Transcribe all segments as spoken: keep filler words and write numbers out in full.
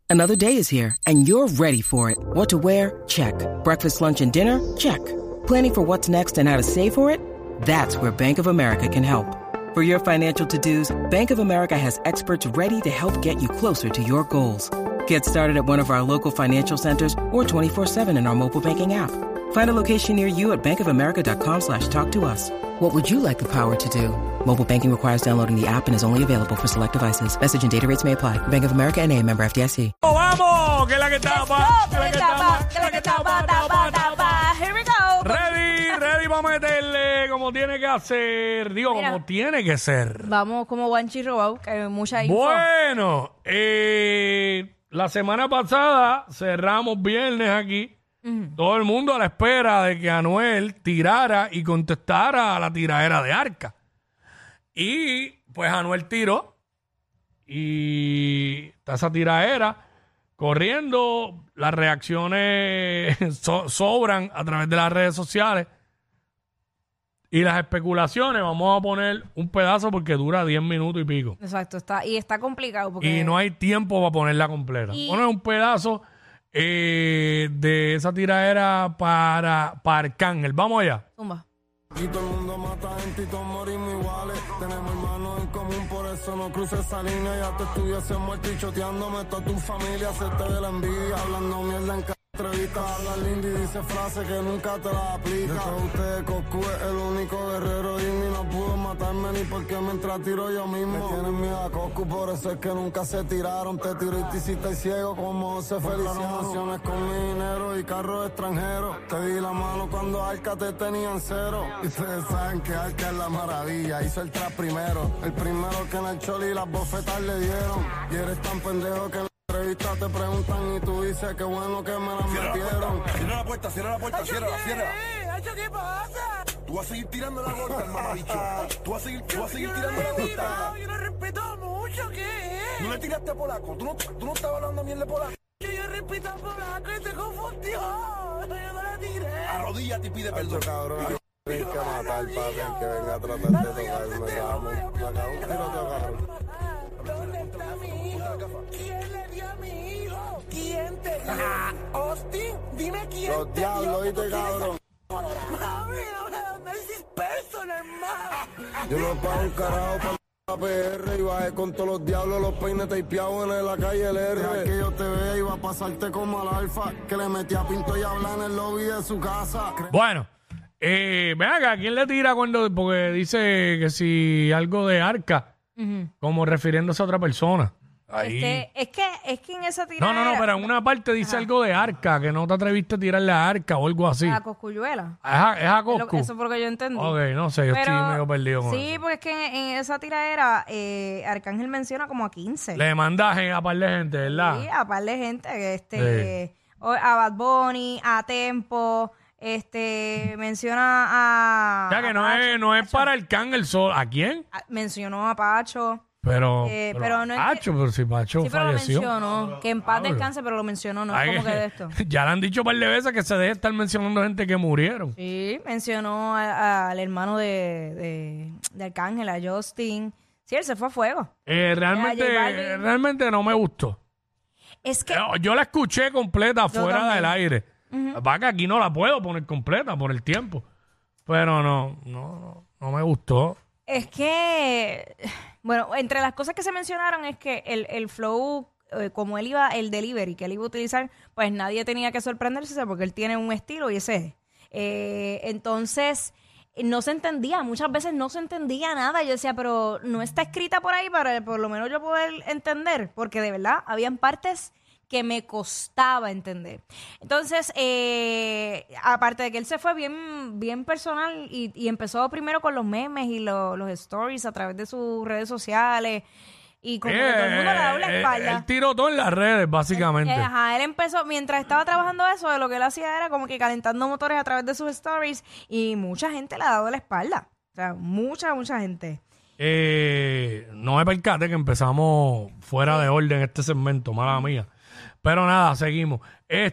Another day is here, and you're ready for it. What to wear? Check. Breakfast, lunch, and dinner? Check. Planning for what's next and how to save for it? That's where Bank of America can help. For your financial to-dos, Bank of America has experts ready to help get you closer to your goals. Get started at one of our local financial centers or twenty-four seven in our mobile banking app. Find a location near you at bankofamerica.com slash talk to us. What would you like the power to do? Mobile banking requires downloading the app and is only available for select devices. Message and data rates may apply. Bank of America N A, member F D I C. ¡Oh, vamos! ¡Que la que tapa! ¡Que la que tapa! ¡Que la que tapa! ¡Tapa, tapa! ¡Here we go! Ready, ready para meterle como tiene que hacer. Digo, Mira, como tiene que ser. Vamos como Guanchi robado, que hay mucha info. Bueno, eh, la semana pasada cerramos viernes aquí. Uh-huh. Todo el mundo a la espera de que Anuel tirara y contestara a la tiradera de Arca. Y pues Anuel tiró y está esa tiradera corriendo. Las reacciones so- sobran a través de las redes sociales. Y las especulaciones, vamos a poner un pedazo porque dura diez minutos y pico. Exacto, está, y está complicado. Porque... Y no hay tiempo para ponerla completa. Y... Poner un pedazo eh, de esa tiradera para, para Arcángel. Vamos allá. Zumba. Y todo el mundo mata gente y todos morimos iguales. Tenemos hermanos en común, por eso no cruces esa línea. Ya te estuviese muerto y choteándome toda tu familia. Se te ve la envidia, hablando mierda en cada entrevista. Habla linda y dice frases que nunca te las aplica. De todos ustedes, Coscu es el único guerrero digno y no pudo matarme ni porque me entra tiro yo mismo. Me tienen miedo a Coscu, por eso es que nunca se tiraron. Te tiró y te hiciste ciego como José Feliciano. Naciones con mi dinero y carros extranjeros. Te di la mano cuando Arca te tenían cero. Y ustedes saben que Arca es la maravilla. Hizo el trap primero. El primero que en el choli las bofetas le dieron. Y eres tan pendejo que en la entrevista te preguntan y tú dices que bueno que me las metieron. Cierra la puerta, cierra la puerta, cierra, cierra. ¿Qué pasa? Tú vas a seguir tirando la gorda, mamabicho. Tú vas a seguir, tú vas a seguir tirando la gorda. Yo lo respeto mucho, ¿qué es? No le tiraste a Polaco. Tú no, tú no estabas hablando bien de Polaco. Yo, yo respeto a Polaco y se confundió. Yo no la tiré. Arrodíllate y pide perdón. Cabrón, tienes que matar, papi, el que venga a tratar de tocarme. Vamos, me acabo un tiroteo, cabrón. ¿Dónde está mi hijo? ¿Quién le dio a mi hijo? ¿Quién te dio? Austin, dime quién Los te diablos, dio. ¿viste, cabrón? Mami, no me análisis personal, hermano. Yo no pago un carajo para la P R y bajé con todos los diablos, los peines tapeados en la calle el R. Deja que yo te vea y va a pasarte como al alfa, que le metí a Pinto y habla en el lobby de su casa. Bueno, eh, ven acá, ¿quién le tira cuando? Porque dice que si algo de Arca, uh-huh, como refiriéndose a otra persona. Ahí. Este, es que es que en esa tirada. No, no, no, pero en una parte dice, ajá, algo de Arca, que no te atreviste a tirarle a Arca o algo así. A Cosculluela. Es a, es a Coscu. Eso fue lo que yo entendí. Ok, no sé, yo pero, estoy medio perdido con sí, eso. porque es que en, en esa tiradera eh, Arcángel menciona como a quince. Le mandaje a par de gente, ¿verdad? Sí, a par de gente. Este, sí. A Bad Bunny, a Tempo, este, menciona a... O sea, que no Pacho, es, no es para Arcángel solo. ¿A quién? A, mencionó a Pacho. Pero, eh, pero, pero no es Pacho, que, pero si Pacho sí, pero falleció. lo mencionó, que en paz descanse, pero lo mencionó, no Ay, es como que de esto. Ya le han dicho un par de veces que se deje estar mencionando gente que murieron. Sí, mencionó a- a- al hermano de, de, de Arcángel, a Justin. Sí, él se fue a fuego. Eh, realmente, J Balvin. realmente no me gustó. Es que... Yo, yo la escuché completa fuera también. del aire. Uh-huh. Va que aquí no la puedo poner completa por el tiempo. Pero no, no, no, no me gustó. Es que, bueno, entre las cosas que se mencionaron es que el, el flow, eh, como él iba, el delivery que él iba a utilizar, pues nadie tenía que sorprenderse porque él tiene un estilo y ese es. Eh, entonces, no se entendía, muchas veces no se entendía nada. Yo decía, pero no está escrita por ahí para por lo menos yo poder entender, porque de verdad habían partes que me costaba entender. Entonces, eh, aparte de que él se fue bien, bien personal y, y empezó primero con los memes y lo- los stories a través de sus redes sociales y como que todo el mundo le daba la Eh, espalda. Él tiró todo en las redes, básicamente. Eh, ajá, él empezó, mientras estaba trabajando eso, lo que él hacía era como que calentando motores a través de sus stories y mucha gente le ha dado la espalda. O sea, mucha, mucha gente. Eh, no me percate que empezamos fuera de orden este segmento, mala mía. Pero nada, seguimos.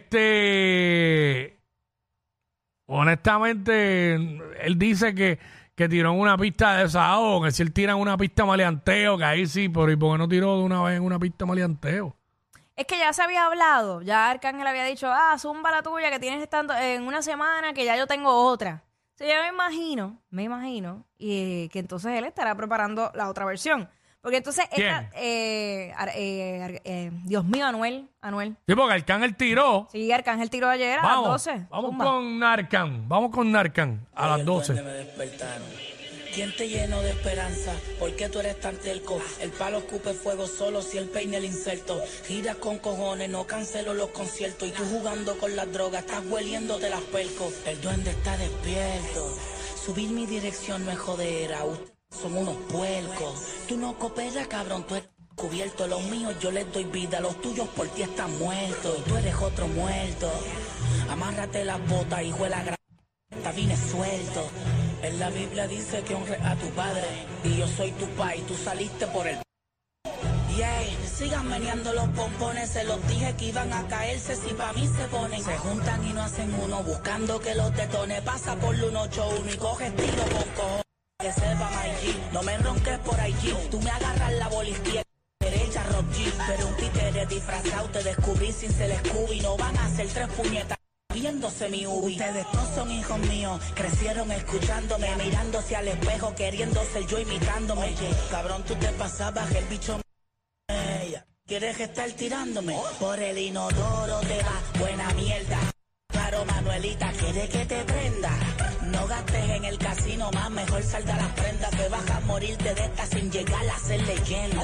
Este, honestamente, él dice que, que tiró en una pista de desahogo, que si él tira en una pista maleanteo, que ahí sí, pero ¿y por qué no tiró de una vez en una pista maleanteo? Es que ya se había hablado, ya Arcángel había dicho, ah, zumba la tuya que tienes estando en una semana que ya yo tengo otra. O sea, yo me imagino, me imagino, y que entonces él estará preparando la otra versión. Porque entonces, esta, eh, ar- eh, ar- eh, Dios mío, Anuel, Anuel. Sí, porque Arcángel tiró. Sí, Arcángel tiró ayer a Vamos, las doce. vamos Zumba. con Narcan. Vamos con Narcan a las doce. Me despertaron. ¿Quién te llenó de esperanza? ¿Por qué tú eres tan terco? El palo escupe fuego solo si el peine el inserto. Giras con cojones, no cancelo los conciertos. Y tú jugando con las drogas, estás hueliendo de las percos. El duende está despierto. Subir mi dirección no es jodera. Ustedes son unos puercos. Tú no cooperas, cabrón, tú eres cubierto. Los míos yo les doy vida, los tuyos por ti están muertos. Tú eres otro muerto. Amárrate las botas, hijo de la gran... Vine suelto. En la Biblia dice que honre a tu padre. Y yo soy tu pa' y tú saliste por el... Yeah, sigan meneando los pompones. Se los dije que iban a caerse si pa' mí se ponen. Se juntan y no hacen uno, buscando que los detone. Pasa por el uno ocho uno y coges tiro con cojones. Que sepa my G, no me ronques por I G. Tú me agarras la bola izquierda, derecha rock G. Pero un títere disfrazado te descubrí sin ser Scooby. No van a hacer tres puñetas viéndose mi ubi. Ustedes no son hijos míos, crecieron escuchándome, mirándose al espejo, queriendo ser yo imitándome. Oye, cabrón, tú te pasabas el bicho ella. ¿Quieres estar tirándome? Por el inodoro te va buena mierda. Claro, Manuelita, ¿quiere que te prenda? No gastes en el casino, más mejor salda las prendas. Te vas a morirte de esta sin llegar a ser leyenda.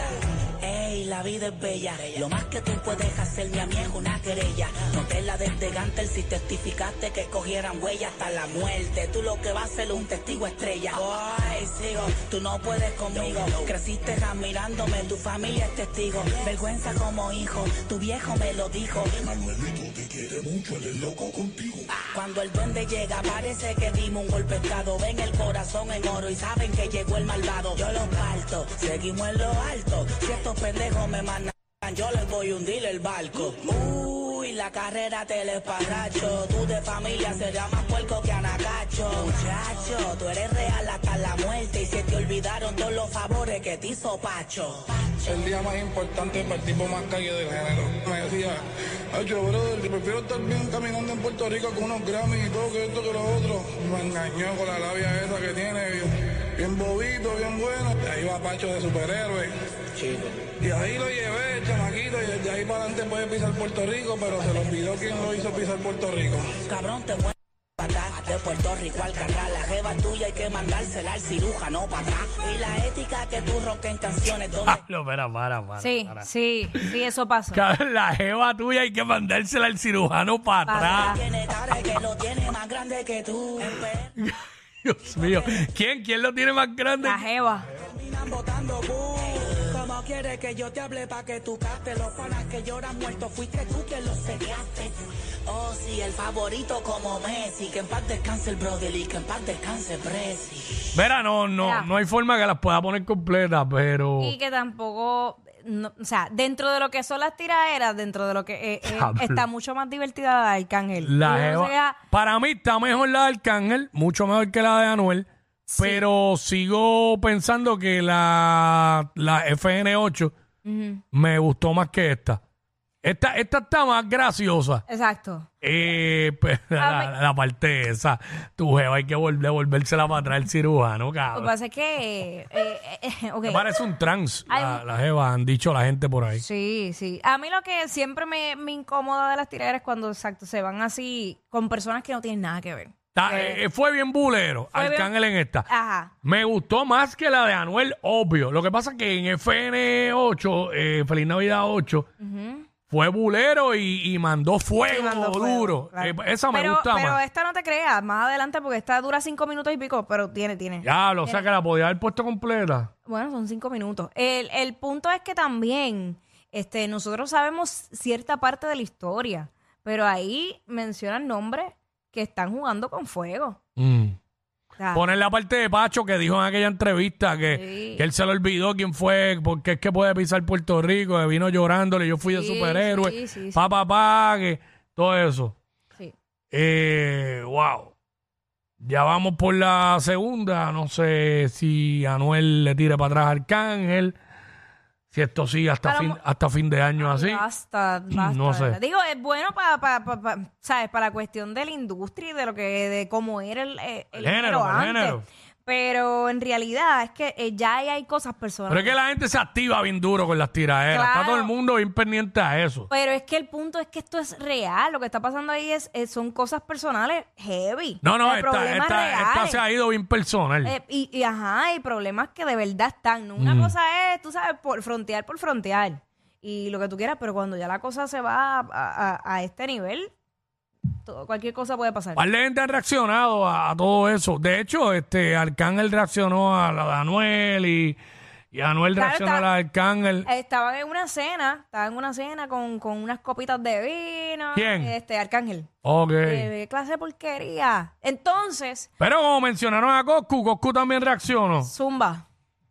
Ey, la vida es bella. Lo más que tú puedes hacerme a mí es una querella. No te la desde Gantel si testificaste que cogieran huella hasta la muerte. Tú lo que vas a ser un testigo estrella. Ay, sigo, tú no puedes conmigo. Creciste admirándome, tu familia es testigo. Vergüenza como hijo, tu viejo me lo dijo. Manuelito te quiere mucho, él es loco contigo. Cuando el duende llega parece que dimos un golpe de estado. Ven el corazón en oro y saben que llegó el malvado. Yo los parto, seguimos en lo alto. Si estos pendejos me mandan, yo les voy a hundir el barco. Uy, la carrera te les parracho. Tú de familia serás más puerco que anacacho. Muchacho, tú eres real hasta la muerte. Y se te olvidaron todos los favores que te hizo Pacho. El día más importante para el tipo más calle del género. Me decía, ay, yo, brother, prefiero estar bien caminando en Puerto Rico con unos Grammys y todo, que esto, que lo otro. Me engañó con la labia esa que tiene, bien, bien bobito, bien bueno. Y ahí va Pacho de superhéroe. Chico. Y ahí lo llevé, el chamaquito, y desde ahí para adelante puede pisar Puerto Rico, pero se le olvidó quién lo hizo pisar Puerto Rico. Cabrón, te voy a patar de Puerto Rico al Carral. La jeva tuya hay que mandársela al cirujano para atrás. Y la ética que tú roques en canciones donde... Ah, no, espera, para, para. Sí, para. sí, sí, eso pasó. Cabrón, la jeva tuya hay que mandársela al cirujano para Pa' atrás. tiene cara que lo tiene más grande que tú. Dios mío. ¿Quién? ¿Quién lo tiene más grande? La jeva. Terminan botando boom. ¿Cómo quieres que yo te hable pa' que tú captes? Los panas que lloran muertos fuiste tú que los señaste. Oh, sí, el favorito como Messi. Que en paz descanse el brother y que en paz descanse Prezi. Verá, no, no, Mira. no hay forma que las pueda poner completas, pero... Y que tampoco, no, o sea, dentro de lo que son las tiraderas, dentro de lo que eh, eh, Diablo. está mucho más divertida la de Arcángel. La Y uno jeva- se queda- Para mí está mejor la de Arcángel, mucho mejor que la de Anuel, pero sigo pensando que la, la F N ocho me gustó más que esta. Esta, esta está más graciosa. Exacto. Eh, pues, la, mí- la parte esa, tu jeva hay que vol- devolvérsela para atrás al cirujano, Lo que cabrón. pasa es que, eh, eh, eh, ok. Me parece un trans, Hay la, un- la jeva, han dicho la gente por ahí. Sí, sí. A mí lo que siempre me, me incomoda de las tiraderas es cuando, exacto, se van así con personas que no tienen nada que ver. Está- Eh, eh, fue bien bulero, fue bien- Arcángel en esta. Ajá. Me gustó más que la de Anuel, obvio. Lo que pasa es que en F N ocho, eh, Feliz Navidad ocho, fue bulero y, y mandó fuego Sí, mandó fuego, duro. claro. Eh, esa me pero, gusta pero más. esta no te creas, más adelante, porque esta dura cinco minutos y pico, pero tiene, tiene. Ya, o sea que la podía haber puesto completa. Bueno, son cinco minutos. El, el punto es que también este, nosotros sabemos cierta parte de la historia, pero ahí mencionan nombres que están jugando con fuego. Mm. O sea, Poner la parte de Pacho que dijo en aquella entrevista que, Sí. que él se le olvidó quién fue, porque es que puede pisar Puerto Rico, que vino llorándole, yo fui de Sí, superhéroe, sí, sí, sí. pa, pa, pa, que todo eso. sí. Eh, wow. Ya vamos por la segunda. No sé si Anuel le tire para atrás a Arcángel. Si esto sigue hasta, Para fin, mo- hasta fin de año Ay, así. Basta, basta. No sé. ¿verdad? Digo, es bueno para, para, para, para, ¿sabes? Para la cuestión de la industria y de lo que, de cómo era el, el, El género, el antes. género. Pero en realidad es que eh, ya hay, hay cosas personales. Pero es que la gente se activa bien duro con las tiraderas. Claro. Está todo el mundo bien pendiente a eso. Pero es que el punto es que esto es real. Lo que está pasando ahí es, es- son cosas personales heavy. No, no, Eh, esta, problemas esta, esta reales. se ha ido bien personal. Eh, y, y ajá, hay problemas que de verdad están. ¿no? Una Mm. cosa es, tú sabes, por frontear por frontear. Y lo que tú quieras, pero cuando ya la cosa se va a, a- a este nivel, todo- cualquier cosa puede pasar. ¿Cuál de gente ha reaccionado a, a todo eso? De hecho, este Arcángel reaccionó a la de Anuel y, y Anuel Claro, reaccionó está- a la de Arcángel. Estaban en una cena, estaban en una cena con, con unas copitas de vino. ¿Quién? Este, Arcángel. Ok. Eh, ¿Qué clase de porquería? Entonces, Pero como mencionaron a Coscu, Coscu también reaccionó. Zumba.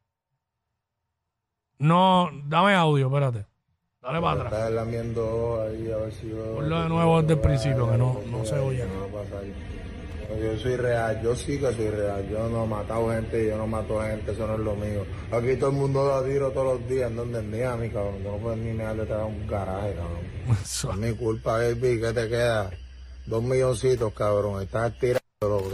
No, dame audio, espérate. Dale para atrás. Está lamiendo ahí a ver si yo... Ponlo de nuevo desde el principio, que no, no se oye. No va a pasar. Yo soy real, yo sí que soy real. Yo no he matado gente, yo no mato gente, eso no es lo mío. Aquí todo el mundo da tiro todos los días, ¿en dónde es mi cabrón? Tú no puedes ni negar de traer un garaje, cabrón. Eso. Es mi culpa, baby, ¿qué te queda? Dos milloncitos, cabrón. Estás tirando,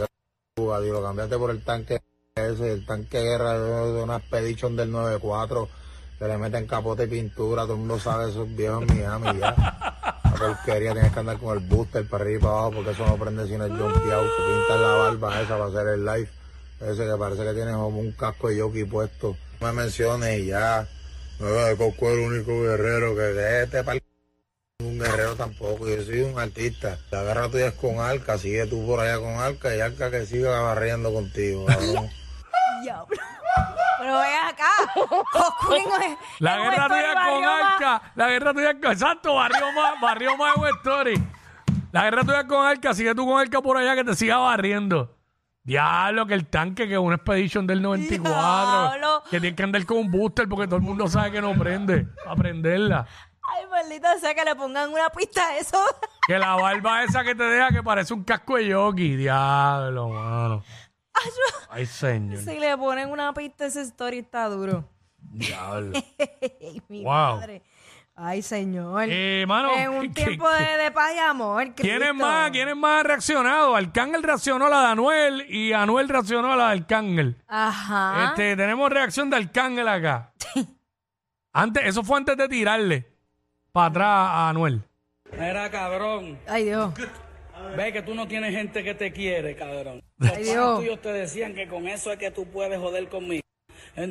lo cambiaste por el tanque ese, el tanque guerra de de una Expedition del noventa y cuatro. Se le meten capote y pintura, todo el mundo sabe esos viejos en Miami ya. La porquería, tienes que andar con el booster para arriba y para abajo porque eso no prende sin el jumpy out. Te pintas la barba esa para hacer el live. Ese que parece que tienes como un casco de jockey puesto. No me menciones y ya. No, de Coscu es el único guerrero que de este par... un guerrero tampoco, yo soy un artista. La guerra tuya es con Arca, sigue tú por allá con Arca y Arca que siga barriendo contigo, cabrón. Diablo. Pero ve acá. Coscu en- La en guerra West tuya Story con barrió más. Arca. La guerra tuya con... Exacto, barrió más, barrió más en West Story. La guerra tuya con Arca, sigue tú con Arca por allá que te siga barriendo. Diablo, que el tanque, que es una Expedition del noventa y cuatro. Diablo. Que tiene que andar con un booster porque todo el mundo sabe que no prende. Para prenderla. Ay, maldita sea que le pongan una pista a eso. Que la barba esa que te deja que parece un casco de jockey. Diablo, mano. Ay, señor. Si le ponen una pista a ese story está duro. Diablo. Ay, mi Wow. madre. Ay, señor. Eh, mano, en un ¿qué- tiempo qué- de, de paz y amor. ¿Quiénes Cristo. más? ¿Quiénes más han reaccionado? Arcángel reaccionó a la de Anuel y Anuel reaccionó a la de Arcángel. Ajá. Este, tenemos reacción de Arcángel acá. Antes, eso fue antes de tirarle para atrás a Anuel. Mira, cabrón. Ay, Dios. Ve que tú no tienes gente que te quiere, cabrón. Los Ay, panas Dios. tuyos te decían que con eso es que tú puedes joder conmigo. Que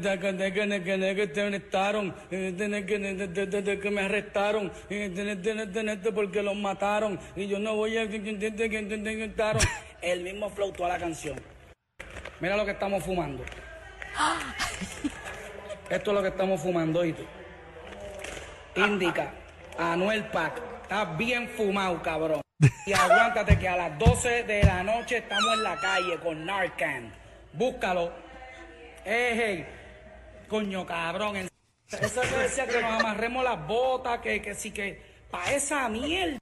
te arrestaron, que me arrestaron, porque los mataron y yo no voy a... El mismo flow toda la canción. Mira lo que estamos fumando. Esto es lo que estamos fumando, ¿oíste? Indica, Anuel Pack, estás bien fumado, cabrón. Y aguántate que a las doce de la noche estamos en la calle con Narcan. Búscalo. Eh, hey. Coño, cabrón. en- Eso que decía que nos amarremos las botas, que, que sí que... Pa' esa mierda.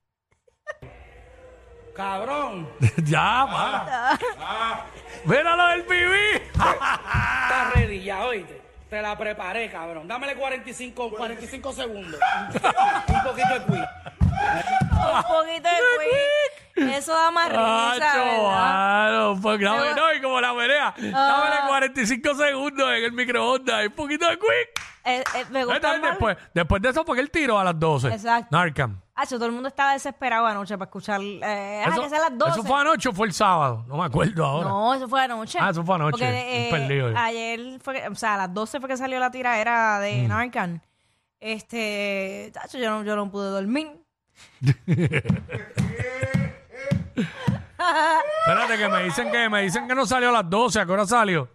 Cabrón. Ya, para. Míralo del pibí. Estás ready ya, oíste. Te la preparé, cabrón. Dámele cuarenta y cinco, cuarenta y cinco segundos. Un poquito de quick. Un poquito de quick. Eso da más risa, Acho, ¿verdad? mano, pues, dame- Pero- no, y como la pelea, dámele cuarenta y cinco segundos en el microondas y un poquito de quick. Eh, eh, me gusta Entonces, más- después, después de eso fue que él tiró a las doce. Exacto. Narcan. Acho, todo el mundo estaba desesperado anoche para escuchar. Eh, ah, que sean las doce. ¿Eso fue anoche o fue el sábado? No me acuerdo ahora. No, eso fue anoche. Ah, eso fue anoche. Porque, Un perdido yo. ayer fue, que- o sea, a las doce fue que salió la tiradera de Mm. Narcan. Este, tacho, yo no, yo no pude dormir. Espérate, que me dicen que me dicen que no salió a las doce. ¿A qué hora salió?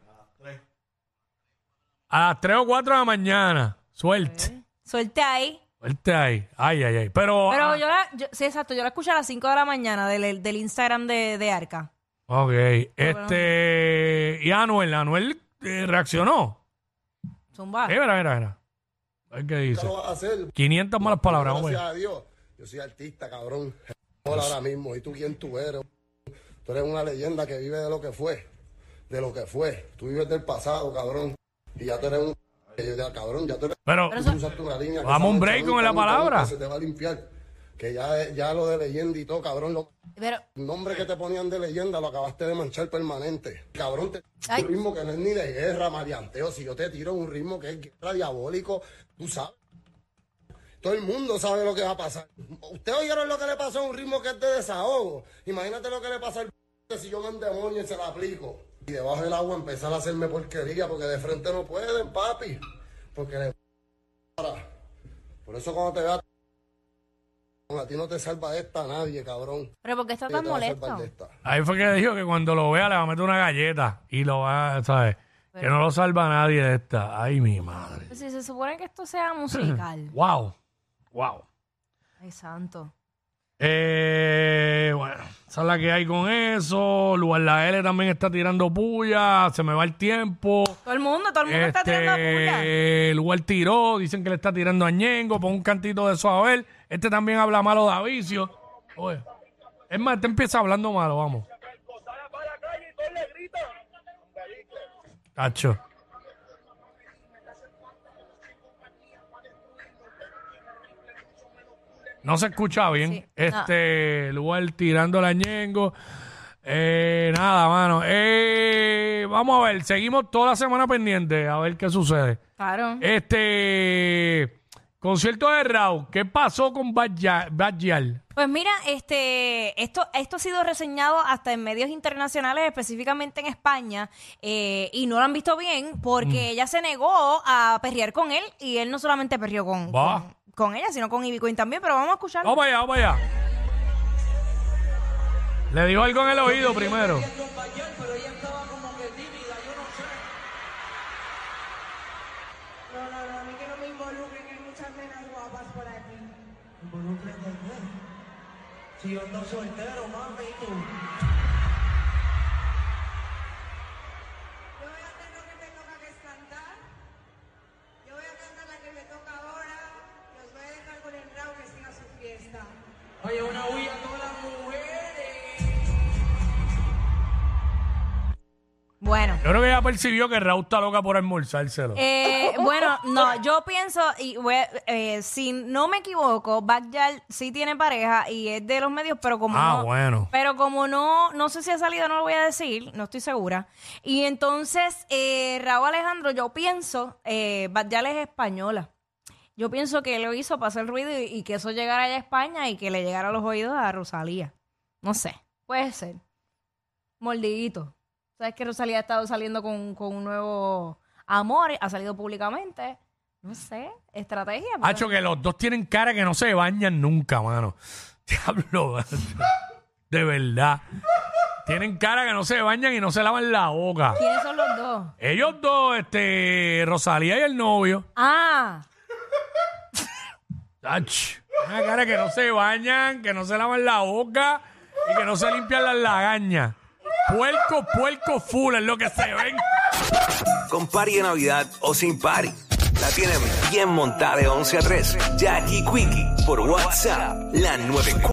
A las tres o cuatro de la mañana. Suerte. Suerte ahí. Suerte ahí. Ay, ay, ay. Pero. Pero ah, yo la, yo- sí, exacto, yo la escuché a las cinco de la mañana del, del Instagram de, de Arca. Ok. Este. Y Anuel. Anuel eh, reaccionó. Zumba. Eh, mira, mira, mira. A ver qué dice. ¿Qué lo vas a hacer? quinientas malas palabras. Vamos a ver. Gracias a Dios. Yo soy artista, cabrón. Hola ahora mismo. ¿Y tú quién tú eres? Tú eres una leyenda que vive de lo que fue. De lo que fue. Tú vives del pasado, cabrón. Y ya tú eres un... yo ya, cabrón, ya tú, Pero, tú usaste una línea. vamos a un break con la palabra. Se te va a limpiar. Que ya, ya lo de leyenda y todo, cabrón, lo, Pero, el nombre que te ponían de leyenda lo acabaste de manchar permanente. Cabrón, te Ay. un ritmo que no es ni de guerra, maleanteo. Si yo te tiro un ritmo que es guerra diabólico, tú sabes. Todo el mundo sabe lo que va a pasar. ¿Ustedes oyeron lo que le pasó a un ritmo que es de desahogo? Imagínate lo que le pasa al si yo me endemonio y se la aplico. Y debajo del agua empezar a hacerme porquería porque de frente no pueden, papi. Porque le... Por eso cuando te veas... A ti no te salva de esta nadie, cabrón. pero ¿por qué está tan molesto? ahí fue que dijo que cuando lo vea le va a meter una galleta y lo va, ¿sabes? Pero- que no lo salva nadie de esta. Ay, mi madre. Pues si se supone que esto sea musical. Wow. Wow. Ay, santo. Eh, bueno, esa es la que hay con eso. Lugar la L también está tirando puya. Se me va el tiempo. Todo el mundo, todo el mundo está tirando puya. Este, Lugar tiró. Dicen que le está tirando a Ñengo. Pon un cantito de eso a ver. Este también habla malo de Avicio. Oye. Es más, este empieza hablando malo. Vamos. Cacho. No se escucha bien. Sí. Este, lugar tirando a Ñengo. Eh, nada, mano. Eh, vamos a ver, seguimos toda la semana pendiente a ver qué sucede. Claro. Este concierto de Raúl, ¿qué pasó con Bad Gyal? Pues mira, este, esto, esto ha sido reseñado hasta en medios internacionales, específicamente en España, eh, y no lo han visto bien porque ella se negó a perrear con él y él no solamente perreó con, Va. con, con ella, sino con Ivy Queen también, pero vamos a escucharlo. Vamos allá, vamos allá. Le dijo algo en el oído primero. No, no, no, a mí que no me involucren, que hay muchas nenas guapas por aquí. Involúcrate, ¿qué? Si yo ando soltero, mami, tú. Yo voy a hacer lo que me toca, que es cantar. Yo voy a cantar la que me toca ahora. Y os voy a dejar con el Raúl que siga su fiesta. Oye, una huilla a todas las mujeres. Bueno. Yo creo que ella percibió que Raúl está loca por almorzárselo. Eh, bueno, no, yo pienso, y voy a- eh, si no me equivoco, Bad Gyal sí tiene pareja y es de los medios, pero como Ah, no, bueno. pero como no, no sé si ha salido, no lo voy a decir, no estoy segura. Y entonces, eh, Raúl Alejandro, yo pienso, eh, Bad Gyal es española. Yo pienso que lo hizo para hacer ruido y, y que eso llegara allá a España y que le llegara a los oídos a Rosalía. No sé, puede ser. Mordidito. Sabes que Rosalía ha estado saliendo con, con un nuevo amor, ha salido públicamente. No sé, estrategia. pero- Hacho, que los dos tienen cara que no se bañan nunca, mano. Diablo, macho. De verdad. Tienen cara que no se bañan y no se lavan la boca. ¿Quiénes son los dos? Ellos dos, este, Rosalía y el novio. Ah, Ach, una cara que no se bañan, que no se lavan la boca y que no se limpian las lagañas. Puerco, puerco full es lo que se ven. Con party de Navidad o sin party. La tienen bien montada de once a tres. Jackie Quickie por WhatsApp. La nueve.